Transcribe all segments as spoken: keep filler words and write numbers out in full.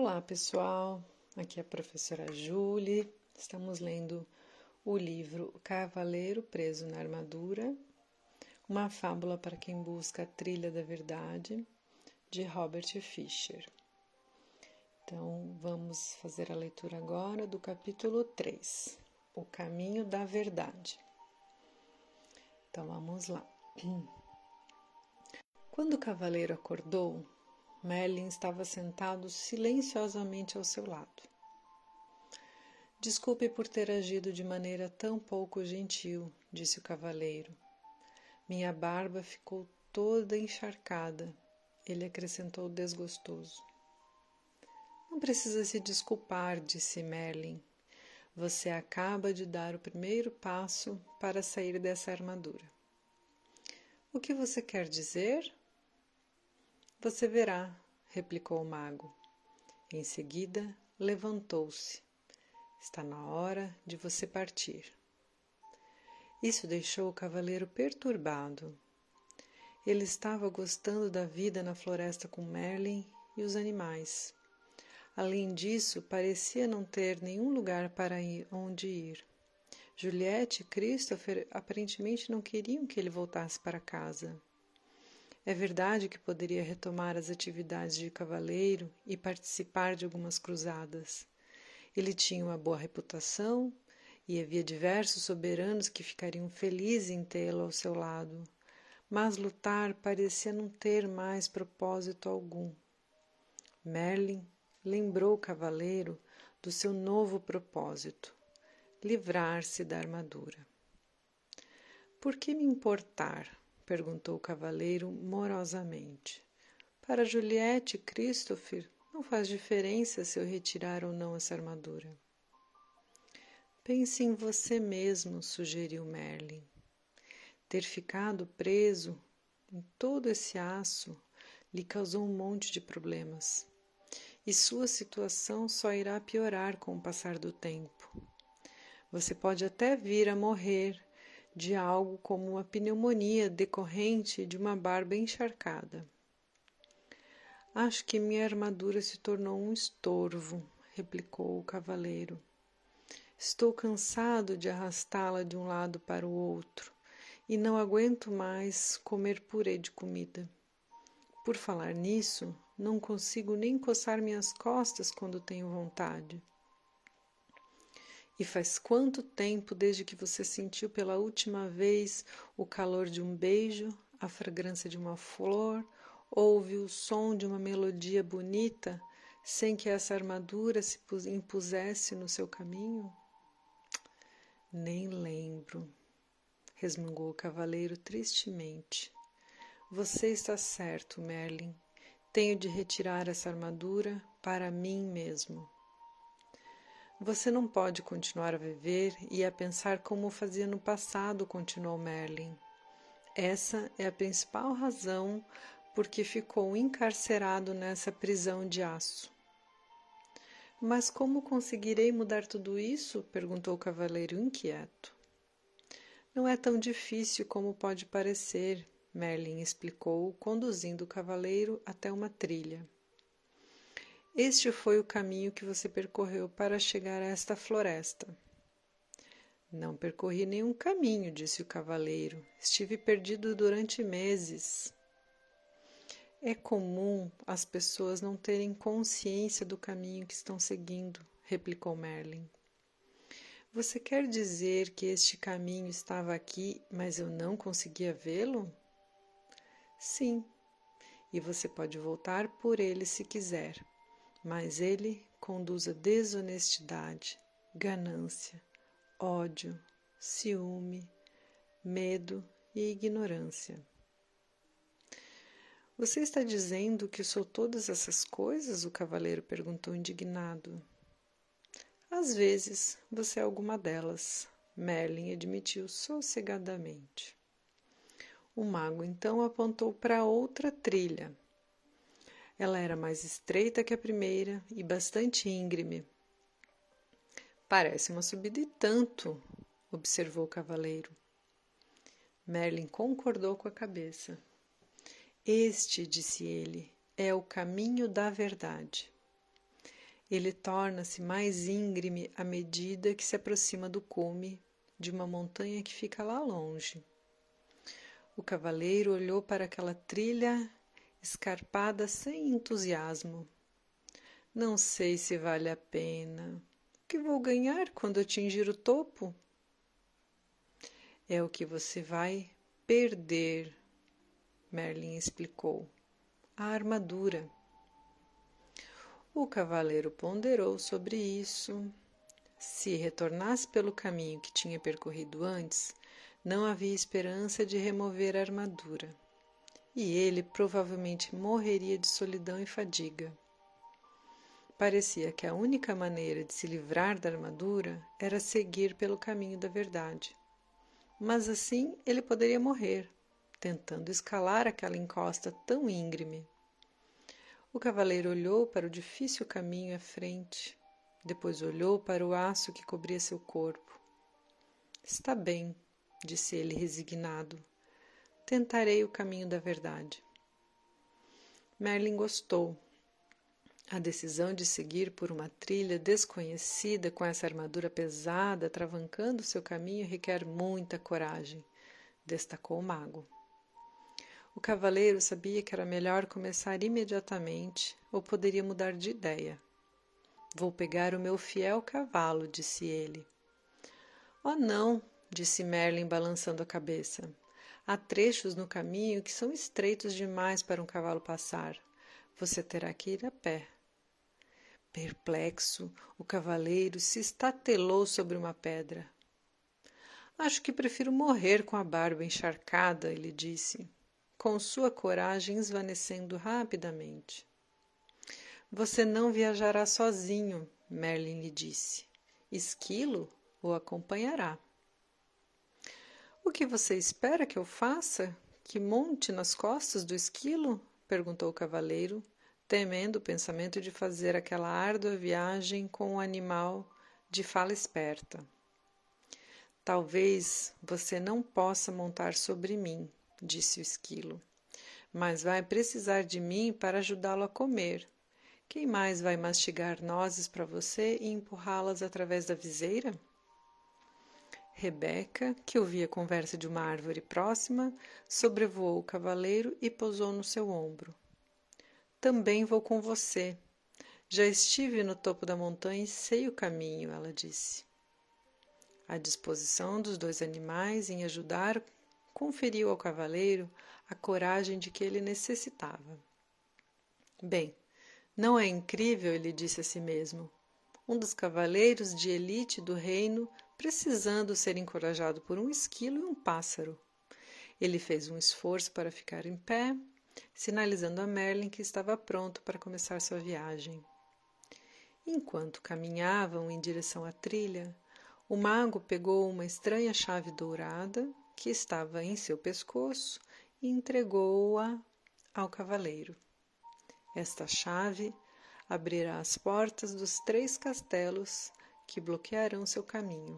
Olá, pessoal. Aqui é a professora Julie. Estamos lendo o livro O Cavaleiro Preso na Armadura, uma fábula para quem busca a trilha da verdade, de Robert Fisher. Então, vamos fazer a leitura agora do capítulo três, O Caminho da Verdade. Então, vamos lá. Quando o cavaleiro acordou, Merlin estava sentado silenciosamente ao seu lado. Desculpe por ter agido de maneira tão pouco gentil, disse o cavaleiro. Minha barba ficou toda encharcada, ele acrescentou desgostoso. Não precisa se desculpar, disse Merlin. Você acaba de dar o primeiro passo para sair dessa armadura. O que você quer dizer? Você verá, replicou o mago. Em seguida, levantou-se. Está na hora de você partir. Isso deixou o cavaleiro perturbado. Ele estava gostando da vida na floresta com Merlin e os animais. Além disso, parecia não ter nenhum lugar para ir, onde ir. Juliette e Christopher aparentemente não queriam que ele voltasse para casa. É verdade que poderia retomar as atividades de cavaleiro e participar de algumas cruzadas. Ele tinha uma boa reputação e havia diversos soberanos que ficariam felizes em tê-lo ao seu lado, mas lutar parecia não ter mais propósito algum. Merlin lembrou o cavaleiro do seu novo propósito, livrar-se da armadura. Por que me importar? Perguntou o cavaleiro morosamente. Para Juliette e Christopher, não faz diferença se eu retirar ou não essa armadura. Pense em você mesmo, sugeriu Merlin. Ter ficado preso em todo esse aço lhe causou um monte de problemas, e sua situação só irá piorar com o passar do tempo. Você pode até vir a morrer de algo como uma pneumonia decorrente de uma barba encharcada. Acho que minha armadura se tornou um estorvo, replicou o cavaleiro. Estou cansado de arrastá-la de um lado para o outro e não aguento mais comer purê de comida. Por falar nisso, não consigo nem coçar minhas costas quando tenho vontade. E faz quanto tempo desde que você sentiu pela última vez o calor de um beijo, a fragrância de uma flor, ouve o som de uma melodia bonita, sem que essa armadura se impusesse no seu caminho? Nem lembro, resmungou o cavaleiro tristemente. Você está certo, Merlin. Tenho de retirar essa armadura para mim mesmo. Você não pode continuar a viver e a pensar como fazia no passado, continuou Merlin. Essa é a principal razão por que ficou encarcerado nessa prisão de aço. Mas como conseguirei mudar tudo isso? Perguntou o cavaleiro inquieto. Não é tão difícil como pode parecer, Merlin explicou, conduzindo o cavaleiro até uma trilha. Este foi o caminho que você percorreu para chegar a esta floresta. Não percorri nenhum caminho, disse o cavaleiro. Estive perdido durante meses. É comum as pessoas não terem consciência do caminho que estão seguindo, replicou Merlin. Você quer dizer que este caminho estava aqui, mas eu não conseguia vê-lo? Sim, e você pode voltar por ele se quiser. Mas ele conduz a desonestidade, ganância, ódio, ciúme, medo e ignorância. Você está dizendo que sou todas essas coisas? O cavaleiro perguntou indignado. Às vezes você é alguma delas, Merlin admitiu sossegadamente. O mago então apontou para outra trilha. Ela era mais estreita que a primeira e bastante íngreme. Parece uma subida e tanto, observou o cavaleiro. Merlin concordou com a cabeça. Este, disse ele, é o caminho da verdade. Ele torna-se mais íngreme à medida que se aproxima do cume de uma montanha que fica lá longe. O cavaleiro olhou para aquela trilha escarpada sem entusiasmo. Não sei se vale a pena. O que vou ganhar quando atingir o topo? É o que você vai perder, Merlin explicou. A armadura. O cavaleiro ponderou sobre isso. Se retornasse pelo caminho que tinha percorrido antes, não havia esperança de remover a armadura, e ele provavelmente morreria de solidão e fadiga. Parecia que a única maneira de se livrar da armadura era seguir pelo caminho da verdade. Mas assim ele poderia morrer, tentando escalar aquela encosta tão íngreme. O cavaleiro olhou para o difícil caminho à frente, depois olhou para o aço que cobria seu corpo. Está bem, disse ele resignado. Tentarei o caminho da verdade. Merlin gostou. A decisão de seguir por uma trilha desconhecida com essa armadura pesada travancando seu caminho requer muita coragem, destacou o mago. O cavaleiro sabia que era melhor começar imediatamente ou poderia mudar de ideia. Vou pegar o meu fiel cavalo, disse ele. Oh, não, disse Merlin balançando a cabeça. Há trechos no caminho que são estreitos demais para um cavalo passar. Você terá que ir a pé. Perplexo, o cavaleiro se estatelou sobre uma pedra. Acho que prefiro morrer com a barba encharcada, ele disse, com sua coragem esvanecendo rapidamente. Você não viajará sozinho, Merlin lhe disse. Esquilo o acompanhará. O que você espera que eu faça? Que monte nas costas do esquilo? Perguntou o cavaleiro, temendo o pensamento de fazer aquela árdua viagem com um animal de fala esperta. Talvez você não possa montar sobre mim, disse o esquilo, mas vai precisar de mim para ajudá-lo a comer. Quem mais vai mastigar nozes para você e empurrá-las através da viseira? Rebeca, que ouvia a conversa de uma árvore próxima, sobrevoou o cavaleiro e pousou no seu ombro. Também vou com você. Já estive no topo da montanha e sei o caminho, ela disse. A disposição dos dois animais em ajudar conferiu ao cavaleiro a coragem de que ele necessitava. Bem, não é incrível, ele disse a si mesmo, um dos cavaleiros de elite do reino precisando ser encorajado por um esquilo e um pássaro. Ele fez um esforço para ficar em pé, sinalizando a Merlin que estava pronto para começar sua viagem. Enquanto caminhavam em direção à trilha, o mago pegou uma estranha chave dourada que estava em seu pescoço e entregou-a ao cavaleiro. Esta chave abrirá as portas dos três castelos que bloquearão seu caminho.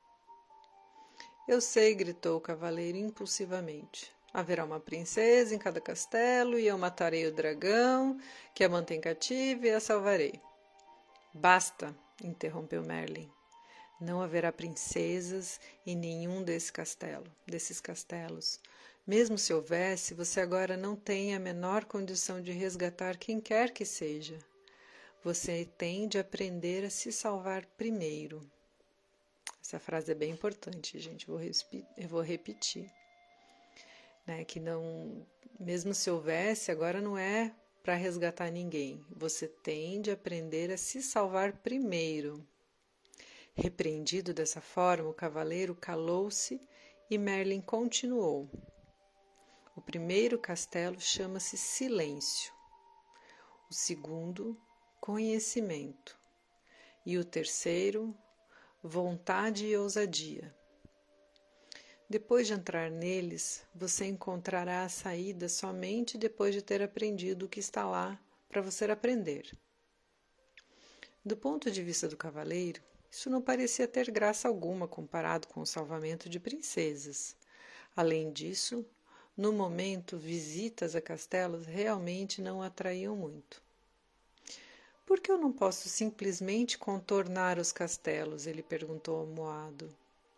Eu sei, gritou o cavaleiro impulsivamente. Haverá uma princesa em cada castelo e eu matarei o dragão que a mantém cativa e a salvarei. Basta, interrompeu Merlin. Não haverá princesas em nenhum desse castelo, desses castelos. Mesmo se houvesse, você agora não tem a menor condição de resgatar quem quer que seja. Você tem de aprender a se salvar primeiro. Essa frase é bem importante, gente. Eu vou, eu vou repetir. Né? Que não, mesmo se houvesse, agora não é para resgatar ninguém. Você tem de aprender a se salvar primeiro. Repreendido dessa forma, o cavaleiro calou-se e Merlin continuou. O primeiro castelo chama-se Silêncio. O segundo, Conhecimento. E o terceiro, Vontade e Ousadia. Depois de entrar neles, você encontrará a saída somente depois de ter aprendido o que está lá para você aprender. Do ponto de vista do cavaleiro, isso não parecia ter graça alguma comparado com o salvamento de princesas. Além disso, no momento, visitas a castelos realmente não o atraíam muito. Por que eu não posso simplesmente contornar os castelos? Ele perguntou amuado.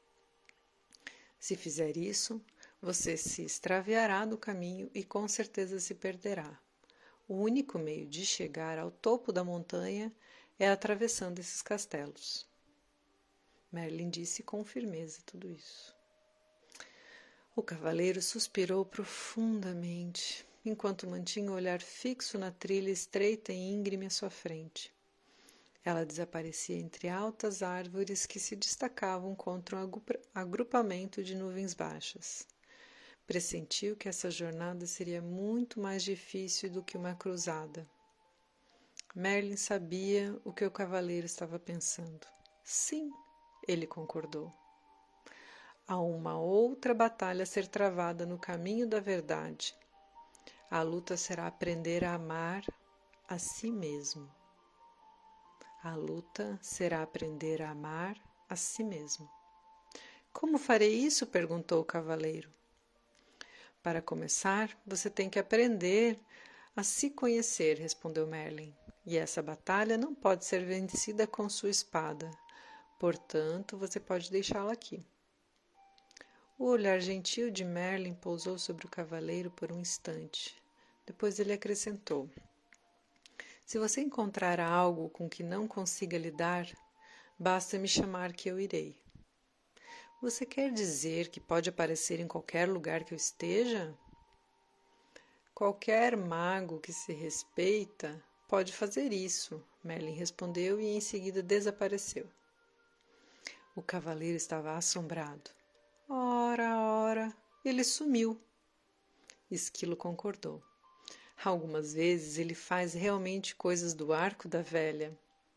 Se fizer isso, você se extraviará do caminho e com certeza se perderá. O único meio de chegar ao topo da montanha é atravessando esses castelos. Merlin disse com firmeza tudo isso. O cavaleiro suspirou profundamente, enquanto mantinha o olhar fixo na trilha estreita e íngreme à sua frente. Ela desaparecia entre altas árvores que se destacavam contra um agrupamento de nuvens baixas. Pressentiu que essa jornada seria muito mais difícil do que uma cruzada. Merlin sabia o que o cavaleiro estava pensando. Sim, ele concordou. Há uma outra batalha a ser travada no caminho da verdade. A luta será aprender a amar a si mesmo. A luta será aprender a amar a si mesmo. Como farei isso? Perguntou o cavaleiro. Para começar, você tem que aprender a se conhecer, respondeu Merlin. E essa batalha não pode ser vencida com sua espada. Portanto, você pode deixá-la aqui. O olhar gentil de Merlin pousou sobre o cavaleiro por um instante. Depois ele acrescentou: Se você encontrar algo com que não consiga lidar, basta me chamar que eu irei. Você quer dizer que pode aparecer em qualquer lugar que eu esteja? Qualquer mago que se respeita pode fazer isso, Merlin respondeu e em seguida desapareceu. O cavaleiro estava assombrado. Ora, ora, ele sumiu. Esquilo concordou. Algumas vezes ele faz realmente coisas do arco da velha.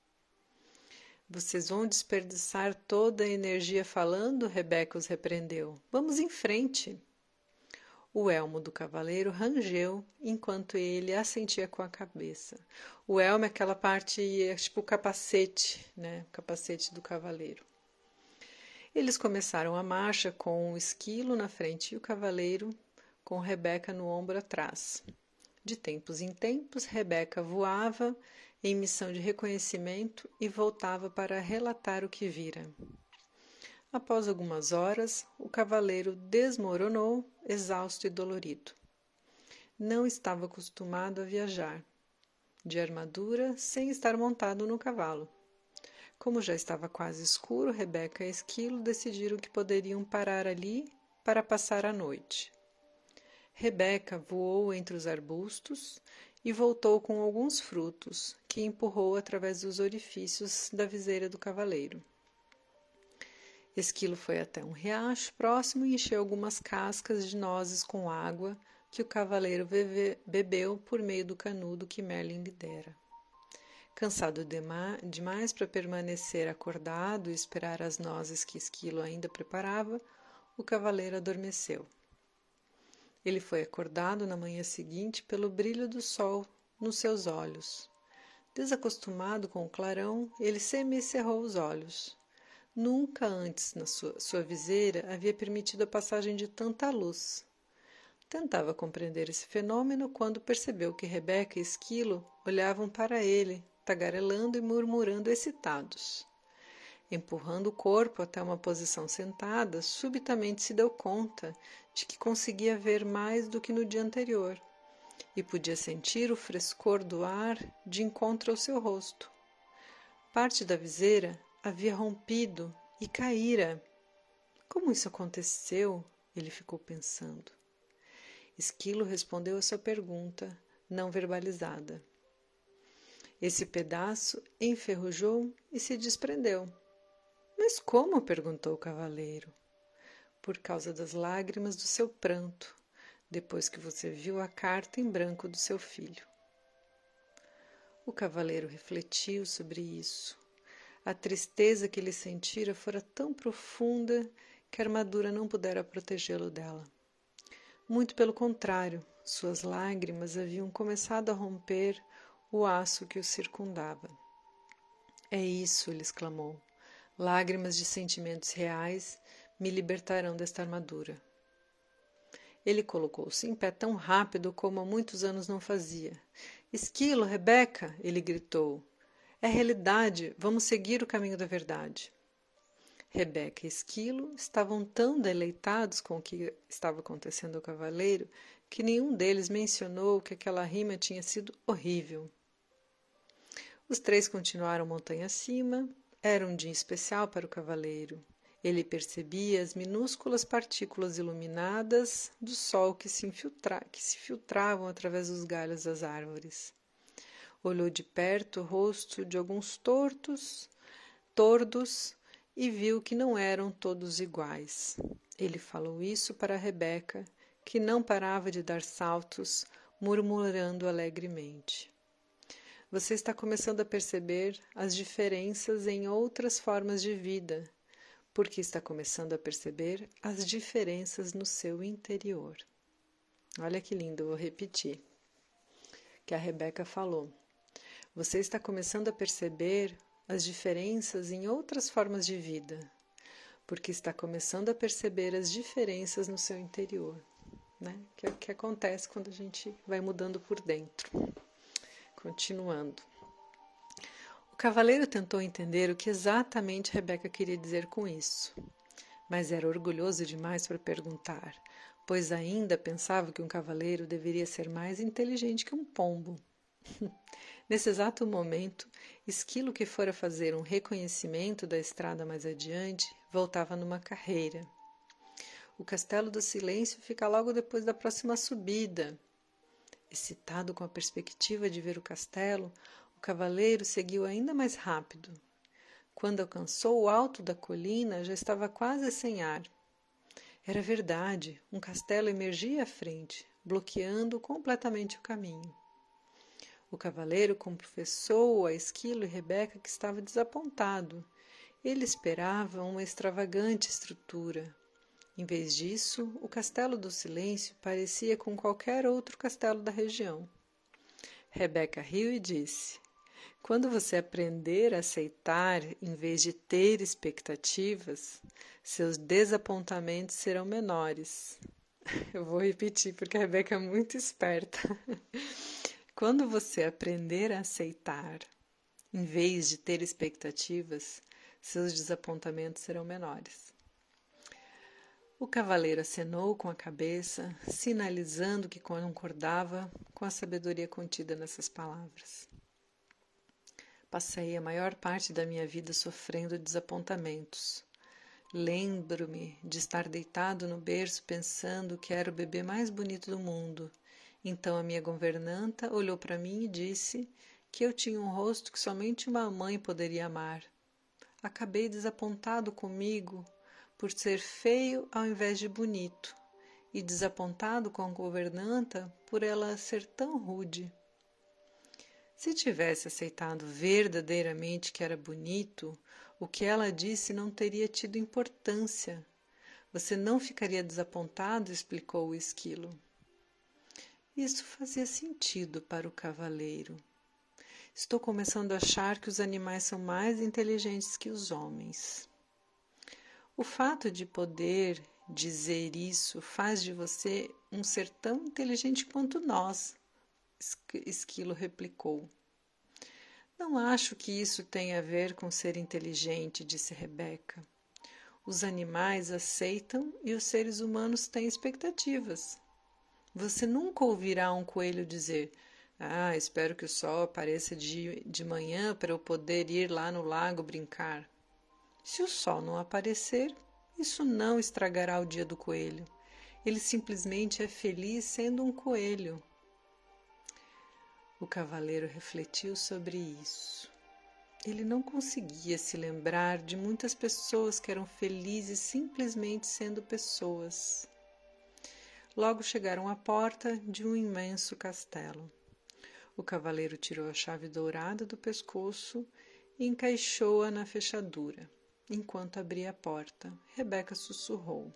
Vocês vão desperdiçar toda a energia falando? Rebeca os repreendeu. Vamos em frente. O elmo do cavaleiro rangeu enquanto ele assentia com a cabeça. O elmo é aquela parte, é tipo o capacete, né? O capacete do cavaleiro. Eles começaram a marcha com o esquilo na frente e o cavaleiro com Rebeca no ombro atrás. De tempos em tempos, Rebeca voava em missão de reconhecimento e voltava para relatar o que vira. Após algumas horas, o cavaleiro desmoronou, exausto e dolorido. Não estava acostumado a viajar, de armadura, sem estar montado no cavalo. Como já estava quase escuro, Rebeca e Esquilo decidiram que poderiam parar ali para passar a noite. Rebeca voou entre os arbustos e voltou com alguns frutos, que empurrou através dos orifícios da viseira do cavaleiro. Esquilo foi até um riacho próximo e encheu algumas cascas de nozes com água que o cavaleiro bebe, bebeu por meio do canudo que Merlin lhe dera. Cansado demais para permanecer acordado e esperar as nozes que Esquilo ainda preparava, o cavaleiro adormeceu. Ele foi acordado na manhã seguinte pelo brilho do sol nos seus olhos. Desacostumado com o clarão, ele semicerrou os olhos. Nunca antes, na sua, sua viseira, havia permitido a passagem de tanta luz. Tentava compreender esse fenômeno quando percebeu que Rebeca e Esquilo olhavam para ele, tagarelando e murmurando excitados. Empurrando o corpo até uma posição sentada, subitamente se deu conta de que conseguia ver mais do que no dia anterior e podia sentir o frescor do ar de encontro ao seu rosto. Parte da viseira havia rompido e caíra. Como isso aconteceu? Ele ficou pensando. Esquilo respondeu a sua pergunta, não verbalizada. Esse pedaço enferrujou e se desprendeu. Mas como? Perguntou o cavaleiro. Por causa das lágrimas do seu pranto, depois que você viu a carta em branco do seu filho. O cavaleiro refletiu sobre isso. A tristeza que ele sentira fora tão profunda que a armadura não pudera protegê-lo dela. Muito pelo contrário, suas lágrimas haviam começado a romper o aço que o circundava. É isso, ele exclamou. Lágrimas de sentimentos reais me libertarão desta armadura. Ele colocou-se em pé tão rápido como há muitos anos não fazia. Esquilo, Rebeca! Ele gritou. É realidade, vamos seguir o caminho da verdade. Rebeca e Esquilo estavam tão deleitados com o que estava acontecendo ao cavaleiro que nenhum deles mencionou que aquela rima tinha sido horrível. Os três continuaram montanha acima. Era um dia especial para o cavaleiro. Ele percebia as minúsculas partículas iluminadas do sol que se, infiltra- que se filtravam através dos galhos das árvores. Olhou de perto o rosto de alguns tortos, tordos, e viu que não eram todos iguais. Ele falou isso para Rebeca, que não parava de dar saltos, murmurando alegremente. Você está começando a perceber as diferenças em outras formas de vida, porque está começando a perceber as diferenças no seu interior. Olha que lindo, vou repetir, que a Rebeca falou. Você está começando a perceber as diferenças em outras formas de vida, porque está começando a perceber as diferenças no seu interior, né? Que é o que acontece quando a gente vai mudando por dentro. Continuando. O cavaleiro tentou entender o que exatamente Rebeca queria dizer com isso, mas era orgulhoso demais para perguntar, pois ainda pensava que um cavaleiro deveria ser mais inteligente que um pombo. Nesse exato momento, Esquilo, que fora fazer um reconhecimento da estrada mais adiante, voltava numa carreira. O Castelo do Silêncio fica logo depois da próxima subida. Excitado com a perspectiva de ver o castelo, o cavaleiro seguiu ainda mais rápido. Quando alcançou o alto da colina, já estava quase sem ar. Era verdade, um castelo emergia à frente, bloqueando completamente o caminho. O cavaleiro confessou a Esquilo e Rebeca que estava desapontado. Ele esperava uma extravagante estrutura. Em vez disso, o Castelo do Silêncio parecia com qualquer outro castelo da região. Rebeca riu e disse: quando você aprender a aceitar em vez de ter expectativas, seus desapontamentos serão menores. Eu vou repetir porque a Rebeca é muito esperta. Quando você aprender a aceitar, em vez de ter expectativas, seus desapontamentos serão menores. O cavaleiro acenou com a cabeça, sinalizando que concordava com a sabedoria contida nessas palavras. Passei a maior parte da minha vida sofrendo desapontamentos. Lembro-me de estar deitado no berço pensando que era o bebê mais bonito do mundo. Então a minha governanta olhou para mim e disse que eu tinha um rosto que somente uma mãe poderia amar. Acabei desapontado comigo por ser feio ao invés de bonito, e desapontado com a governanta por ela ser tão rude. Se tivesse aceitado verdadeiramente que era bonito, o que ela disse não teria tido importância. Você não ficaria desapontado, explicou o esquilo. Isso fazia sentido para o cavaleiro. Estou começando a achar que os animais são mais inteligentes que os homens. O fato de poder dizer isso faz de você um ser tão inteligente quanto nós, Esquilo replicou. Não acho que isso tenha a ver com ser inteligente, disse Rebeca. Os animais aceitam e os seres humanos têm expectativas. Você nunca ouvirá um coelho dizer: ah, espero que o sol apareça de, de manhã para eu poder ir lá no lago brincar. Se o sol não aparecer, isso não estragará o dia do coelho. Ele simplesmente é feliz sendo um coelho. O cavaleiro refletiu sobre isso. Ele não conseguia se lembrar de muitas pessoas que eram felizes simplesmente sendo pessoas. Logo chegaram à porta de um imenso castelo. O cavaleiro tirou a chave dourada do pescoço e encaixou-a na fechadura. Enquanto abria a porta, Rebeca sussurrou: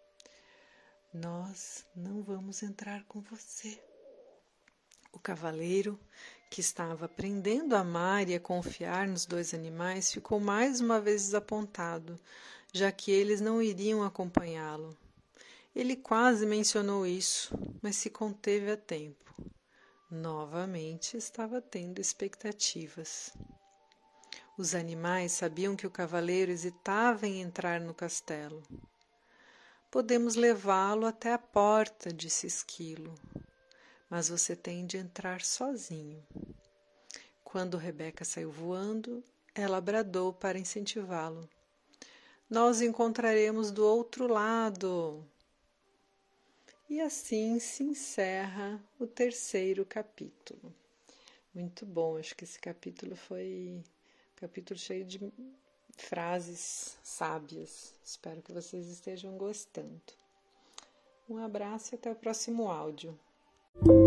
nós não vamos entrar com você. O cavaleiro, que estava aprendendo a amar e a confiar nos dois animais, ficou mais uma vez desapontado, já que eles não iriam acompanhá-lo. Ele quase mencionou isso, mas se conteve a tempo. Novamente estava tendo expectativas. Os animais sabiam que o cavaleiro hesitava em entrar no castelo. Podemos levá-lo até a porta, disse Esquilo, mas você tem de entrar sozinho. Quando Rebeca saiu voando, ela bradou para incentivá-lo. Nós encontraremos do outro lado. E assim se encerra o terceiro capítulo. Muito bom, acho que esse capítulo foi um capítulo cheio de frases sábias. Espero que vocês estejam gostando. Um abraço e até o próximo áudio.